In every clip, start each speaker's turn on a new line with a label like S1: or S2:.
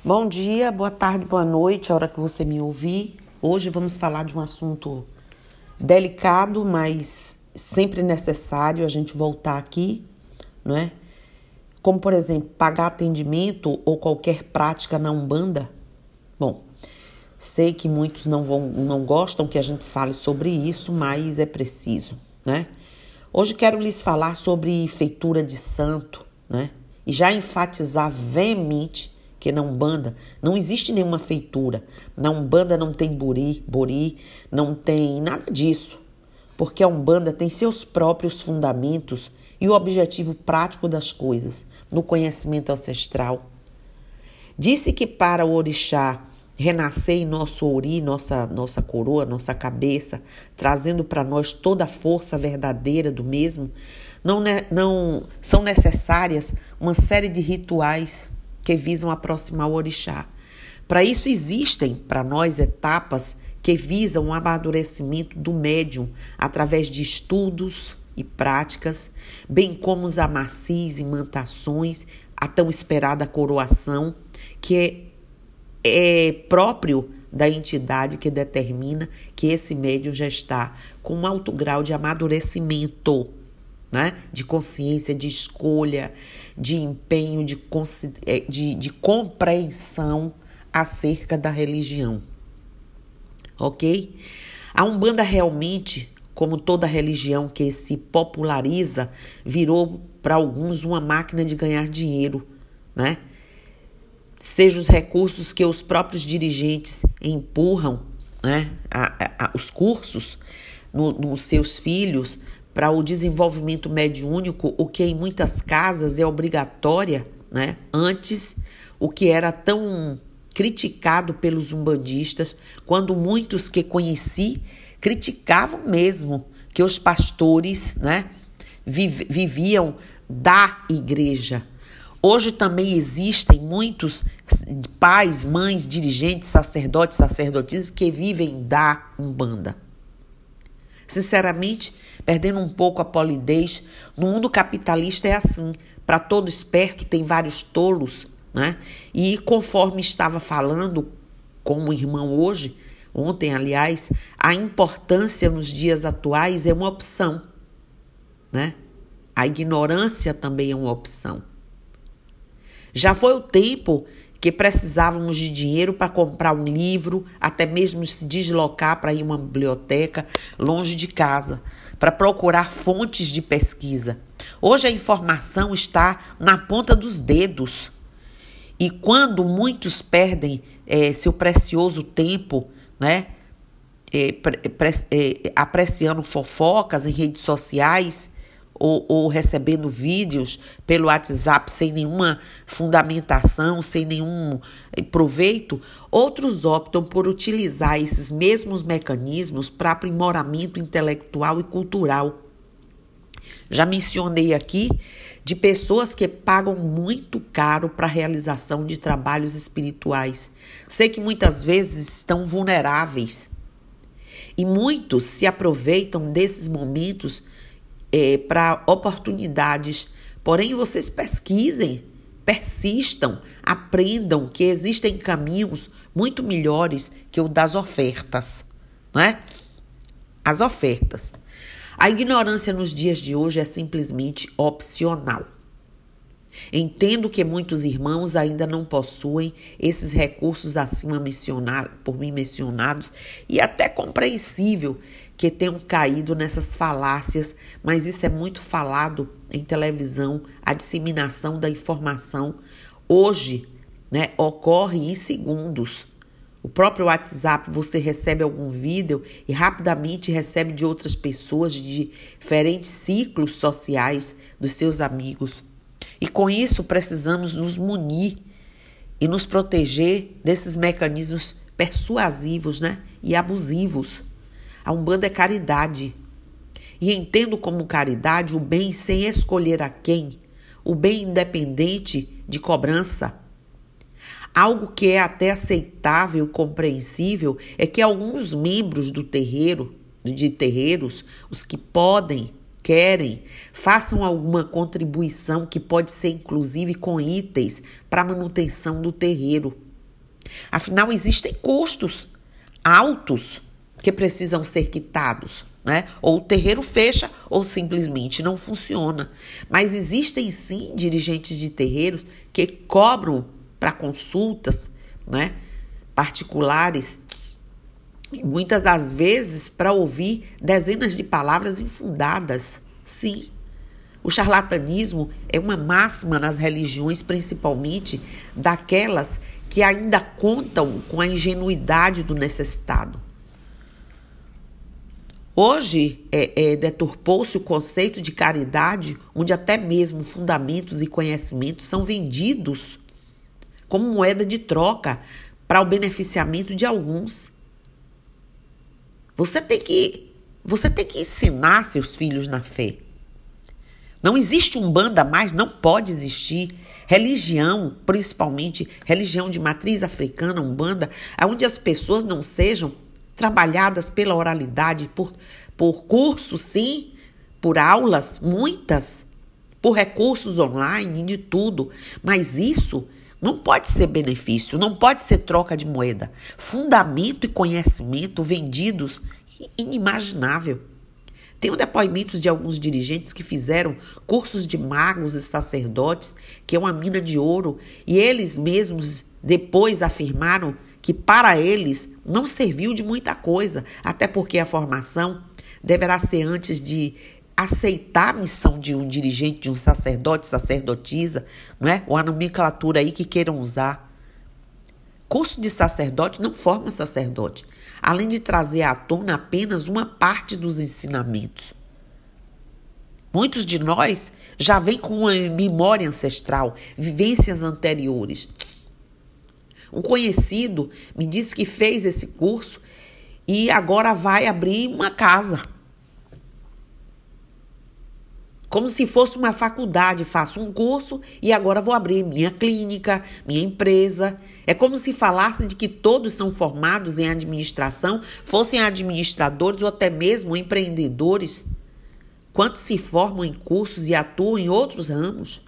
S1: Bom dia, boa tarde, boa noite, a hora que você me ouvir. Hoje vamos falar de um assunto delicado, mas sempre necessário a gente voltar aqui, não é? Como, por exemplo, pagar atendimento ou qualquer prática na Umbanda. Bom, sei que muitos não gostam que a gente fale sobre isso, mas é preciso, né? Hoje quero lhes falar sobre feitura de santo, né? E já enfatizar veemente que na Umbanda não existe nenhuma feitura. Na Umbanda não tem bori, não tem nada disso. Porque a Umbanda tem seus próprios fundamentos e o objetivo prático das coisas, no conhecimento ancestral. Disse que para o orixá renascer em nosso ori, nossa coroa, nossa cabeça, trazendo para nós toda a força verdadeira do mesmo, não são necessárias uma série de rituais que visam aproximar o orixá. Para isso existem, para nós, etapas que visam o amadurecimento do médium através de estudos e práticas, bem como os amacis, imantações, a tão esperada coroação, que é próprio da entidade que determina que esse médium já está com um alto grau de amadurecimento, né? De consciência, de escolha, de empenho, de compreensão acerca da religião. Ok? A Umbanda realmente, como toda religião que se populariza, virou para alguns uma máquina de ganhar dinheiro, né? Seja os recursos que os próprios dirigentes empurram, né? Os cursos nos seus filhos para o desenvolvimento mediúnico, o que em muitas casas é obrigatória, né? Antes, o que era tão criticado pelos umbandistas, quando muitos que conheci criticavam mesmo que os pastores, né, viviam da igreja. Hoje também existem muitos pais, mães, dirigentes, sacerdotes, sacerdotisas que vivem da Umbanda. Sinceramente, perdendo um pouco a polidez, no mundo capitalista é assim. Para todo esperto tem vários tolos, né? E conforme estava falando com o irmão ontem, aliás, a importância nos dias atuais é uma opção, né? A ignorância também é uma opção. Já foi o tempo que precisávamos de dinheiro para comprar um livro, até mesmo se deslocar para ir a uma biblioteca longe de casa, para procurar fontes de pesquisa. Hoje a informação está na ponta dos dedos. E quando muitos perdem seu precioso tempo, né, apreciando fofocas em redes sociais, ou recebendo vídeos pelo WhatsApp sem nenhuma fundamentação, sem nenhum proveito, outros optam por utilizar esses mesmos mecanismos para aprimoramento intelectual e cultural. Já mencionei aqui de pessoas que pagam muito caro para a realização de trabalhos espirituais. Sei que muitas vezes estão vulneráveis e muitos se aproveitam desses momentos para oportunidades. Porém, vocês pesquisem, persistam, aprendam que existem caminhos muito melhores que o das ofertas, não é? As ofertas. A ignorância nos dias de hoje é simplesmente opcional. Entendo que muitos irmãos ainda não possuem esses recursos acima por mim mencionados, e até compreensível que tenham caído nessas falácias, mas isso é muito falado em televisão, a disseminação da informação. Hoje, né, ocorre em segundos. O próprio WhatsApp, você recebe algum vídeo e rapidamente recebe de outras pessoas de diferentes ciclos sociais dos seus amigos. E com isso precisamos nos munir e nos proteger desses mecanismos persuasivos, né, e abusivos. A Umbanda é caridade. E entendo como caridade o bem sem escolher a quem, o bem independente de cobrança. Algo que é até aceitável e compreensível é que alguns membros de terreiros, os que podem, querem, façam alguma contribuição que pode ser inclusive com itens para a manutenção do terreiro. Afinal, existem custos altos que precisam ser quitados, né? Ou o terreiro fecha ou simplesmente não funciona. Mas existem sim dirigentes de terreiros que cobram para consultas, né, particulares, e muitas das vezes para ouvir dezenas de palavras infundadas. Sim, o charlatanismo é uma máxima nas religiões, principalmente daquelas que ainda contam com a ingenuidade do necessitado. Hoje deturpou-se o conceito de caridade, onde até mesmo fundamentos e conhecimentos são vendidos como moeda de troca para o beneficiamento de alguns. Você tem que ensinar seus filhos na fé. Não existe umbanda mais, não pode existir. Religião, principalmente religião de matriz africana, umbanda, onde as pessoas não sejam trabalhadas pela oralidade, por cursos, sim, por aulas, muitas, por recursos online, de tudo. Mas isso não pode ser benefício, não pode ser troca de moeda. Fundamento e conhecimento vendidos, inimaginável. Tenho depoimentos de alguns dirigentes que fizeram cursos de magos e sacerdotes, que é uma mina de ouro, e eles mesmos depois afirmaram que para eles não serviu de muita coisa, até porque a formação deverá ser antes de aceitar a missão de um dirigente, de um sacerdote, sacerdotisa, não é? Ou a nomenclatura aí que queiram usar. Curso de sacerdote não forma sacerdote, além de trazer à tona apenas uma parte dos ensinamentos. Muitos de nós já vêm com uma memória ancestral, vivências anteriores. Um conhecido me disse que fez esse curso e agora vai abrir uma casa. Como se fosse uma faculdade, faço um curso e agora vou abrir minha clínica, minha empresa. É como se falasse de que todos são formados em administração, fossem administradores ou até mesmo empreendedores. Quantos se formam em cursos e atuam em outros ramos?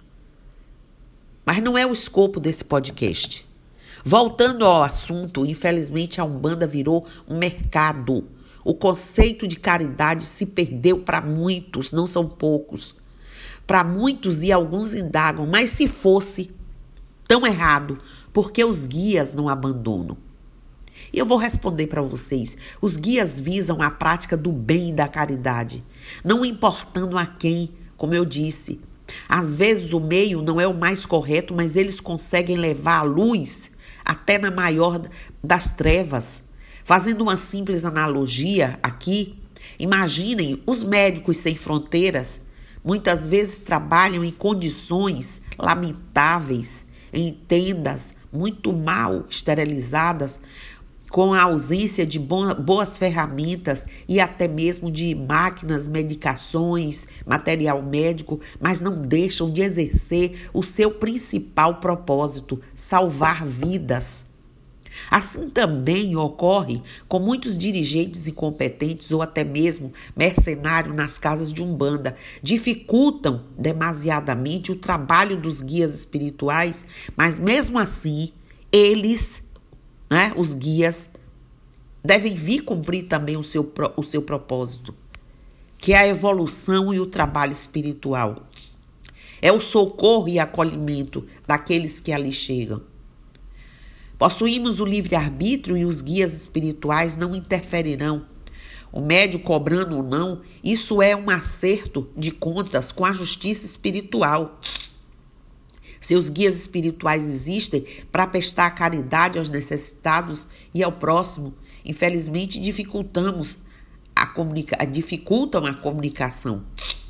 S1: Mas não é o escopo desse podcast. Voltando ao assunto, infelizmente a Umbanda virou um mercado. O conceito de caridade se perdeu para muitos, não são poucos. Para muitos e alguns indagam, mas se fosse tão errado, por que os guias não abandonam? E eu vou responder para vocês. Os guias visam a prática do bem e da caridade, não importando a quem, como eu disse. Às vezes o meio não é o mais correto, mas eles conseguem levar a luz até na maior das trevas. Fazendo uma simples analogia aqui, imaginem os médicos sem fronteiras, muitas vezes trabalham em condições lamentáveis, em tendas muito mal esterilizadas, com a ausência de boas ferramentas e até mesmo de máquinas, medicações, material médico, mas não deixam de exercer o seu principal propósito, salvar vidas. Assim também ocorre com muitos dirigentes incompetentes ou até mesmo mercenários nas casas de umbanda. Dificultam demasiadamente o trabalho dos guias espirituais, mas mesmo assim, eles, os guias, devem vir cumprir também o seu propósito, que é a evolução e o trabalho espiritual. É o socorro e acolhimento daqueles que ali chegam. Possuímos o livre-arbítrio e os guias espirituais não interferirão. O médium cobrando ou não, isso é um acerto de contas com a justiça espiritual. Seus guias espirituais existem para prestar caridade aos necessitados e ao próximo. Infelizmente, dificultam a comunicação.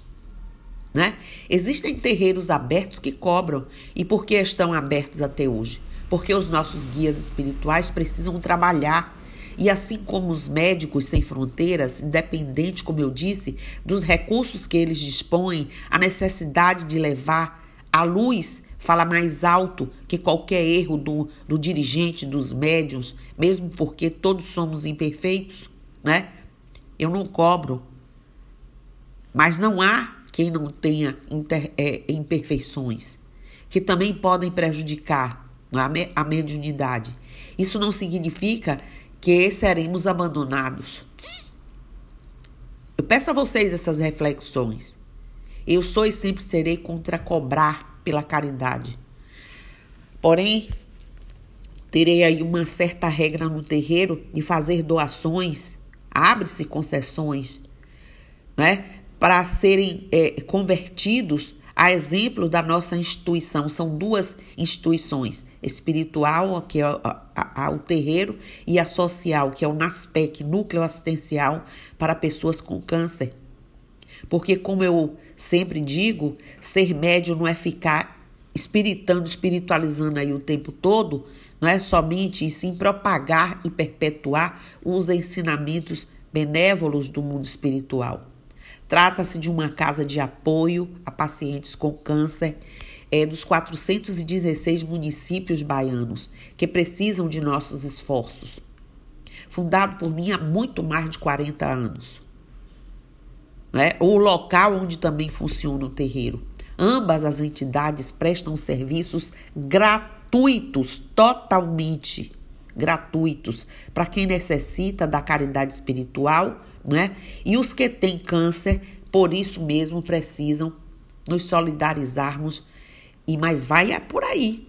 S1: Existem terreiros abertos que cobram. E por que estão abertos até hoje? Porque os nossos guias espirituais precisam trabalhar. E assim como os médicos sem fronteiras, independente, como eu disse, dos recursos que eles dispõem, a necessidade de levar a luz fala mais alto que qualquer erro do dirigente, dos médiuns, mesmo porque todos somos imperfeitos, Eu não cobro. Mas não há quem não tenha imperfeições, que também podem prejudicar. a mediunidade. Isso não significa que seremos abandonados. Eu peço a vocês essas reflexões. Eu sou e sempre serei contra cobrar pela caridade. Porém, terei aí uma certa regra no terreiro de fazer doações, abre-se concessões, né, para serem convertidos a exemplo da nossa instituição. São duas instituições, espiritual, que é o terreiro, e a social, que é o NASPEC, Núcleo Assistencial para Pessoas com Câncer. Porque, como eu sempre digo, ser médium não é ficar espiritualizando aí o tempo todo, não é somente, e sim propagar e perpetuar os ensinamentos benévolos do mundo espiritual. Trata-se de uma casa de apoio a pacientes com câncer dos 416 municípios baianos que precisam de nossos esforços. Fundado por mim há muito mais de 40 anos. O local onde também funciona o terreiro. Ambas as entidades prestam serviços gratuitos, totalmente gratuitos, para quem necessita da caridade espiritual, né? E os que têm câncer, por isso mesmo, precisam nos solidarizarmos. E mais vai por aí,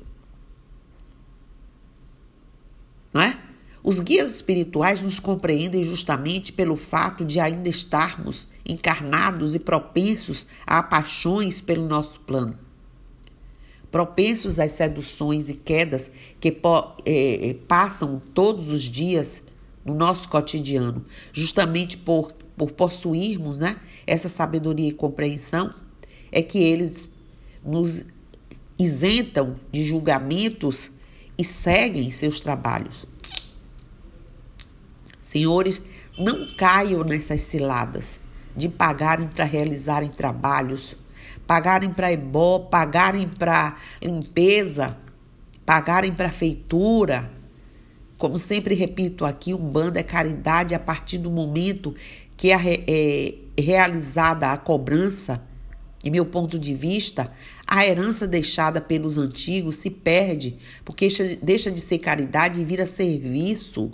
S1: não é? Os guias espirituais nos compreendem justamente pelo fato de ainda estarmos encarnados e propensos a paixões pelo nosso plano. Propensos às seduções e quedas que passam todos os dias no nosso cotidiano. Justamente por possuirmos, né, essa sabedoria e compreensão, é que eles nos isentam de julgamentos e seguem seus trabalhos. Senhores, não caiam nessas ciladas de pagarem para realizarem trabalhos, pagarem para ebó, pagarem para limpeza, pagarem para feitura. Como sempre repito aqui, Umbanda é caridade a partir do momento que é realizada a cobrança. Em meu ponto de vista, a herança deixada pelos antigos se perde, porque deixa de ser caridade e vira serviço.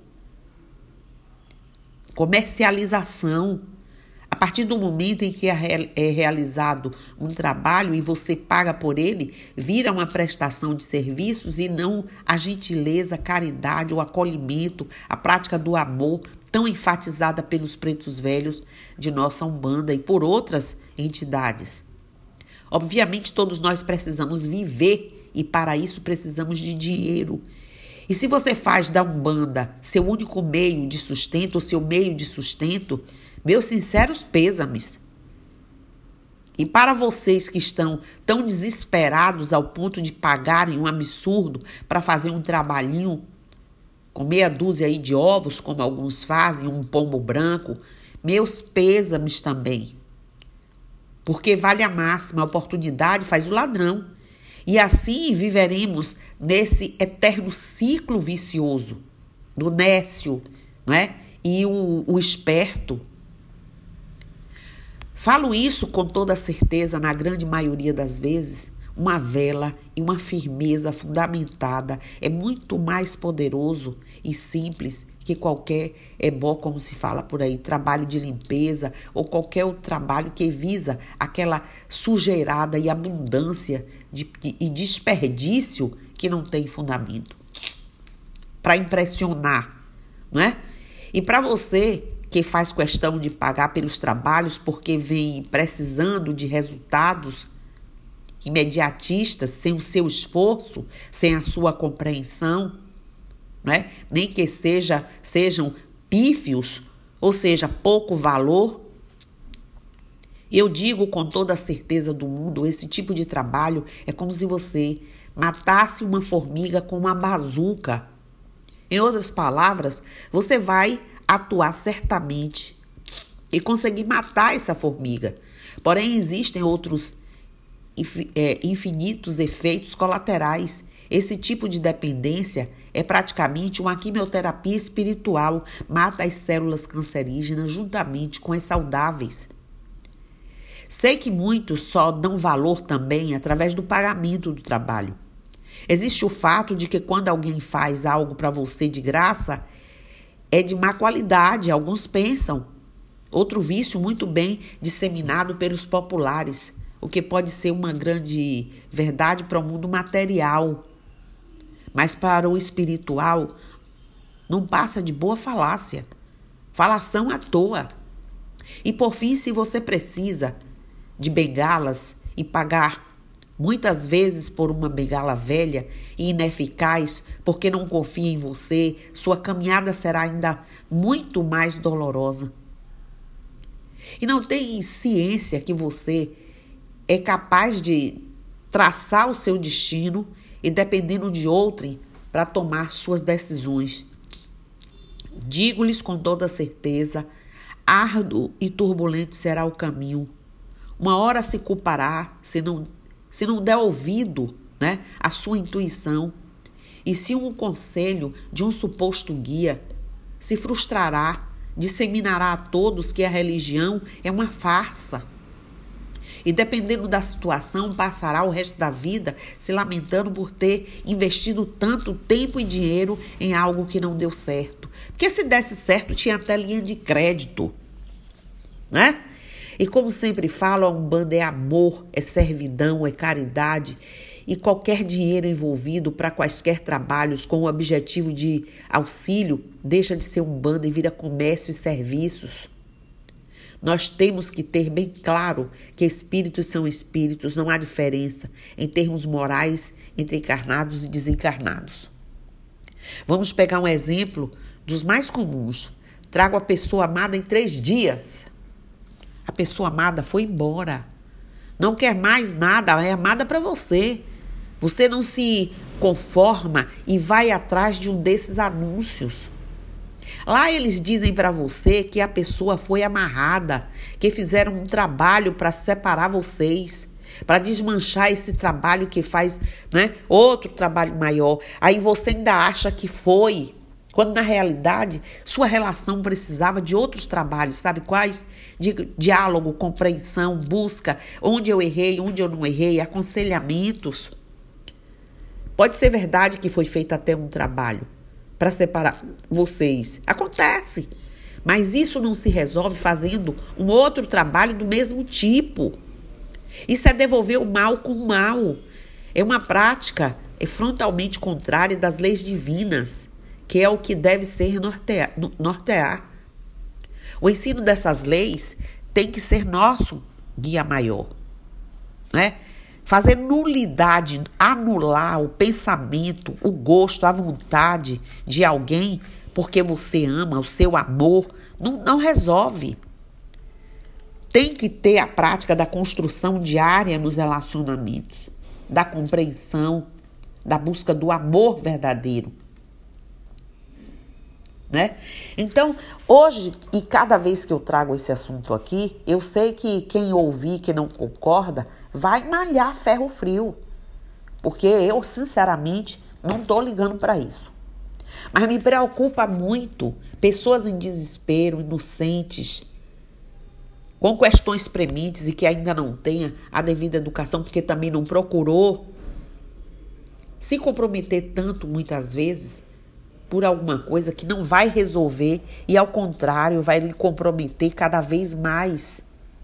S1: Comercialização. A partir do momento em que é realizado um trabalho e você paga por ele, vira uma prestação de serviços e não a gentileza, a caridade, o acolhimento, a prática do amor, tão enfatizada pelos pretos velhos de nossa Umbanda e por outras entidades. Obviamente, todos nós precisamos viver e para isso precisamos de dinheiro. E se você faz da Umbanda seu único meio de sustento, ou seu meio de sustento, meus sinceros pêsames. E para vocês que estão tão desesperados ao ponto de pagarem um absurdo para fazer um trabalhinho com meia dúzia aí de ovos, como alguns fazem, um pombo branco, meus pêsames também. Porque vale a máxima, a oportunidade faz o ladrão. E assim viveremos nesse eterno ciclo vicioso do nécio, não é? E o esperto. Falo isso com toda certeza, na grande maioria das vezes. Uma vela e uma firmeza fundamentada é muito mais poderoso e simples que qualquer ebó, como se fala por aí, trabalho de limpeza ou qualquer outro trabalho que visa aquela sujeirada e abundância e desperdício que não tem fundamento. Para impressionar, não é? E para você que faz questão de pagar pelos trabalhos porque vem precisando de resultados imediatistas, sem o seu esforço, sem a sua compreensão, né? Nem que sejam pífios, ou seja, pouco valor. Eu digo com toda a certeza do mundo, esse tipo de trabalho é como se você matasse uma formiga com uma bazuca. Em outras palavras, você vai atuar certamente e conseguir matar essa formiga. Porém, existem outros infinitos efeitos colaterais. Esse tipo de dependência é praticamente uma quimioterapia espiritual, mata as células cancerígenas juntamente com as saudáveis. Sei que muitos só dão valor também através do pagamento do trabalho. Existe o fato de que quando alguém faz algo para você de graça, é de má qualidade, alguns pensam. Outro vício muito bem disseminado pelos populares, o que pode ser uma grande verdade para o mundo material. Mas para o espiritual, não passa de boa falácia, falação à toa. E por fim, se você precisa de bengalas e pagar muitas vezes por uma bengala velha e ineficaz porque não confia em você, sua caminhada será ainda muito mais dolorosa. E não tem ciência que você é capaz de traçar o seu destino e dependendo de outrem para tomar suas decisões. Digo-lhes com toda certeza, árduo e turbulento será o caminho. Uma hora se culpará se não der ouvido, à sua intuição. E se um conselho de um suposto guia se frustrará, disseminará a todos que a religião é uma farsa. E dependendo da situação, passará o resto da vida se lamentando por ter investido tanto tempo e dinheiro em algo que não deu certo. Porque se desse certo, tinha até linha de crédito, né? E como sempre falo, a Umbanda é amor, é servidão, é caridade. E qualquer dinheiro envolvido para quaisquer trabalhos com o objetivo de auxílio deixa de ser Umbanda e vira comércio e serviços. Nós temos que ter bem claro que espíritos são espíritos, não há diferença em termos morais entre encarnados e desencarnados. Vamos pegar um exemplo dos mais comuns. Trago a pessoa amada em 3 dias. A pessoa amada foi embora. Não quer mais nada, é amada para você. Você não se conforma e vai atrás de um desses anúncios. Lá eles dizem para você que a pessoa foi amarrada, que fizeram um trabalho para separar vocês, para desmanchar esse trabalho que faz, outro trabalho maior. Aí você ainda acha que foi, quando na realidade sua relação precisava de outros trabalhos, sabe quais? De diálogo, compreensão, busca, onde eu errei, onde eu não errei, aconselhamentos. Pode ser verdade que foi feito até um trabalho para separar vocês. Acontece. Mas isso não se resolve fazendo um outro trabalho do mesmo tipo. Isso é devolver o mal com o mal. É uma prática frontalmente contrária das leis divinas, que é o que deve ser nortear. O ensino dessas leis tem que ser nosso guia maior, Fazer nulidade, anular o pensamento, o gosto, a vontade de alguém porque você ama, o seu amor, não resolve. Tem que ter a prática da construção diária nos relacionamentos, da compreensão, da busca do amor verdadeiro. Então, hoje, e cada vez que eu trago esse assunto aqui, eu sei que quem ouvir, que não concorda, vai malhar ferro frio. Porque eu, sinceramente, não estou ligando para isso. Mas me preocupa muito pessoas em desespero, inocentes, com questões prementes e que ainda não tenha a devida educação, porque também não procurou se comprometer tanto, muitas vezes, por alguma coisa que não vai resolver e, ao contrário, vai lhe comprometer cada vez mais.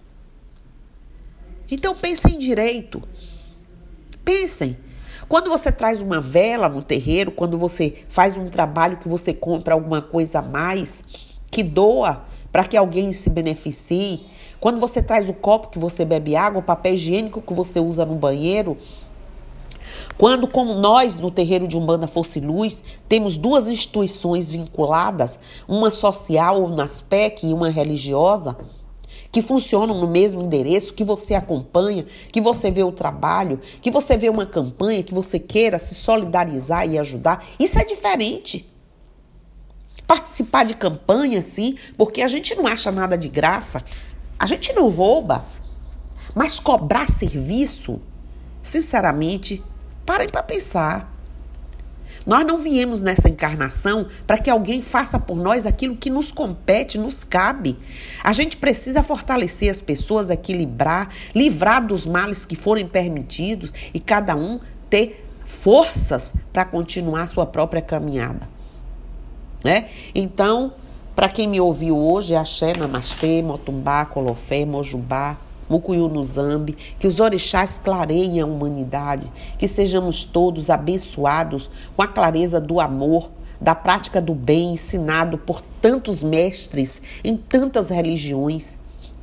S1: Então, pensem direito. Pensem. Quando você traz uma vela no terreiro, quando você faz um trabalho que você compra alguma coisa a mais, que doa para que alguém se beneficie, quando você traz o copo que você bebe água, o papel higiênico que você usa no banheiro, quando, como nós, no terreiro de Umbanda Força e Luz, temos 2 instituições vinculadas, uma social, uma SPEC e uma religiosa, que funcionam no mesmo endereço, que você acompanha, que você vê o trabalho, que você vê uma campanha, que você queira se solidarizar e ajudar, isso é diferente. Participar de campanha, sim, porque a gente não acha nada de graça, a gente não rouba, mas cobrar serviço, sinceramente, parem para pensar. Nós não viemos nessa encarnação para que alguém faça por nós aquilo que nos compete, nos cabe. A gente precisa fortalecer as pessoas, equilibrar, livrar dos males que forem permitidos e cada um ter forças para continuar a sua própria caminhada, né? Então, para quem me ouviu hoje, axé, namastê, motumbá, colofé, mojubá, mucuyu no zambi, que os orixás clareiem a humanidade, que sejamos todos abençoados com a clareza do amor, da prática do bem ensinado por tantos mestres em tantas religiões.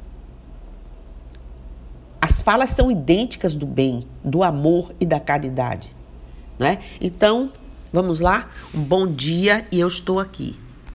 S1: As falas são idênticas do bem, do amor e da caridade, né? Então, vamos lá? Um bom dia e eu estou aqui.